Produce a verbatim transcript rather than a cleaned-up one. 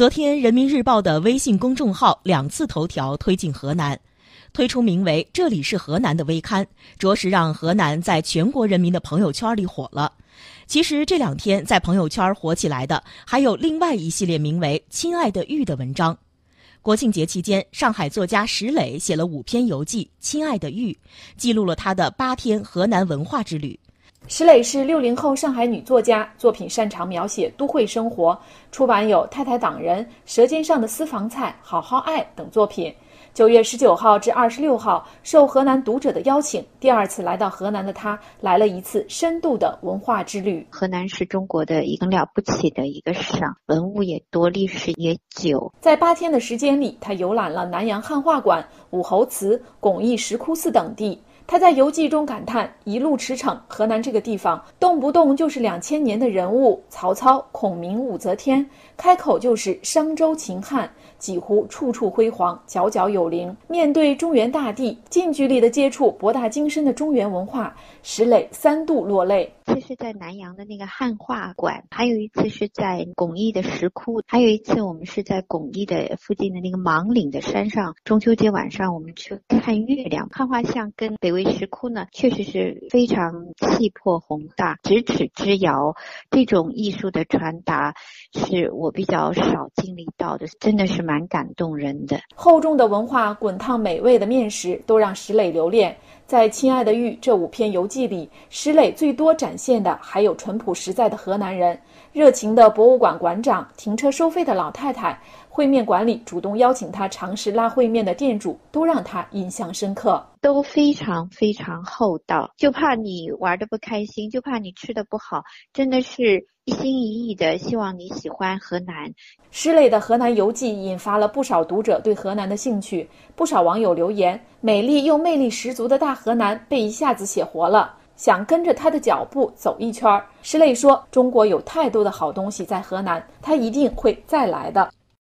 昨天，人民日报的微信公众号两次头条推进河南，推出名为“这里是河南”的微刊，着实让河南在全国人民的朋友圈里火了。其实这两天在朋友圈火起来的还有另外一系列名为“亲爱的玉”的文章。国庆节期间，上海作家石磊写了五篇游记《亲爱的玉》，记录了他的八天河南文化之旅。 石磊是六零后上海女作家，作品擅长描写都会生活，出版有《太太党人》《舌尖上的私房菜》《好好爱》等作品。九月十九号至二十六号，受河南读者的邀请，第二次来到河南的他，来了一次深度的文化之旅。 河南是中国的一个了不起的一个省，文物也多，历史也久。 在八天的时间里，他游览了南阳汉画馆、武侯祠、巩义石窟寺等地。他在游记中感叹，一路驰骋，河南这个地方动不动就是两千年的人物，曹操、孔明、武则天，开口就是商周秦汉，几乎处处辉煌，角角有灵。面对中原大地，近距离的接触博大精深的中原文化，石磊三度落泪。 这是在南阳的那个汉画馆，还有一次是在巩义的石窟，还有一次我们是在巩义的附近的那个芒岭的山上，中秋节晚上我们去看月亮。汉画像跟北魏石窟呢，确实是非常气魄宏大，咫尺之遥。这种艺术的传达是我比较少经历到的，真的是蛮感动人的。 厚重的文化，滚烫美味的面食，都让石磊留恋。在《亲爱的玉》这五篇游记里，石磊最多展现的还有淳朴实在的河南人，热情的博物馆馆长，停车收费的老太太，烩面馆里主动邀请他尝试拉烩面的店主，都让他印象深刻。 都非常非常厚道，就怕你玩得不开心，就怕你吃得不好，真的是一心一意的希望你喜欢河南。 石磊的河南游记引发了不少读者对河南的兴趣，不少网友留言，美丽又魅力十足的大河南被一下子写活了，想跟着他的脚步走一圈。石磊说，中国有太多的好东西在河南，他一定会再来的。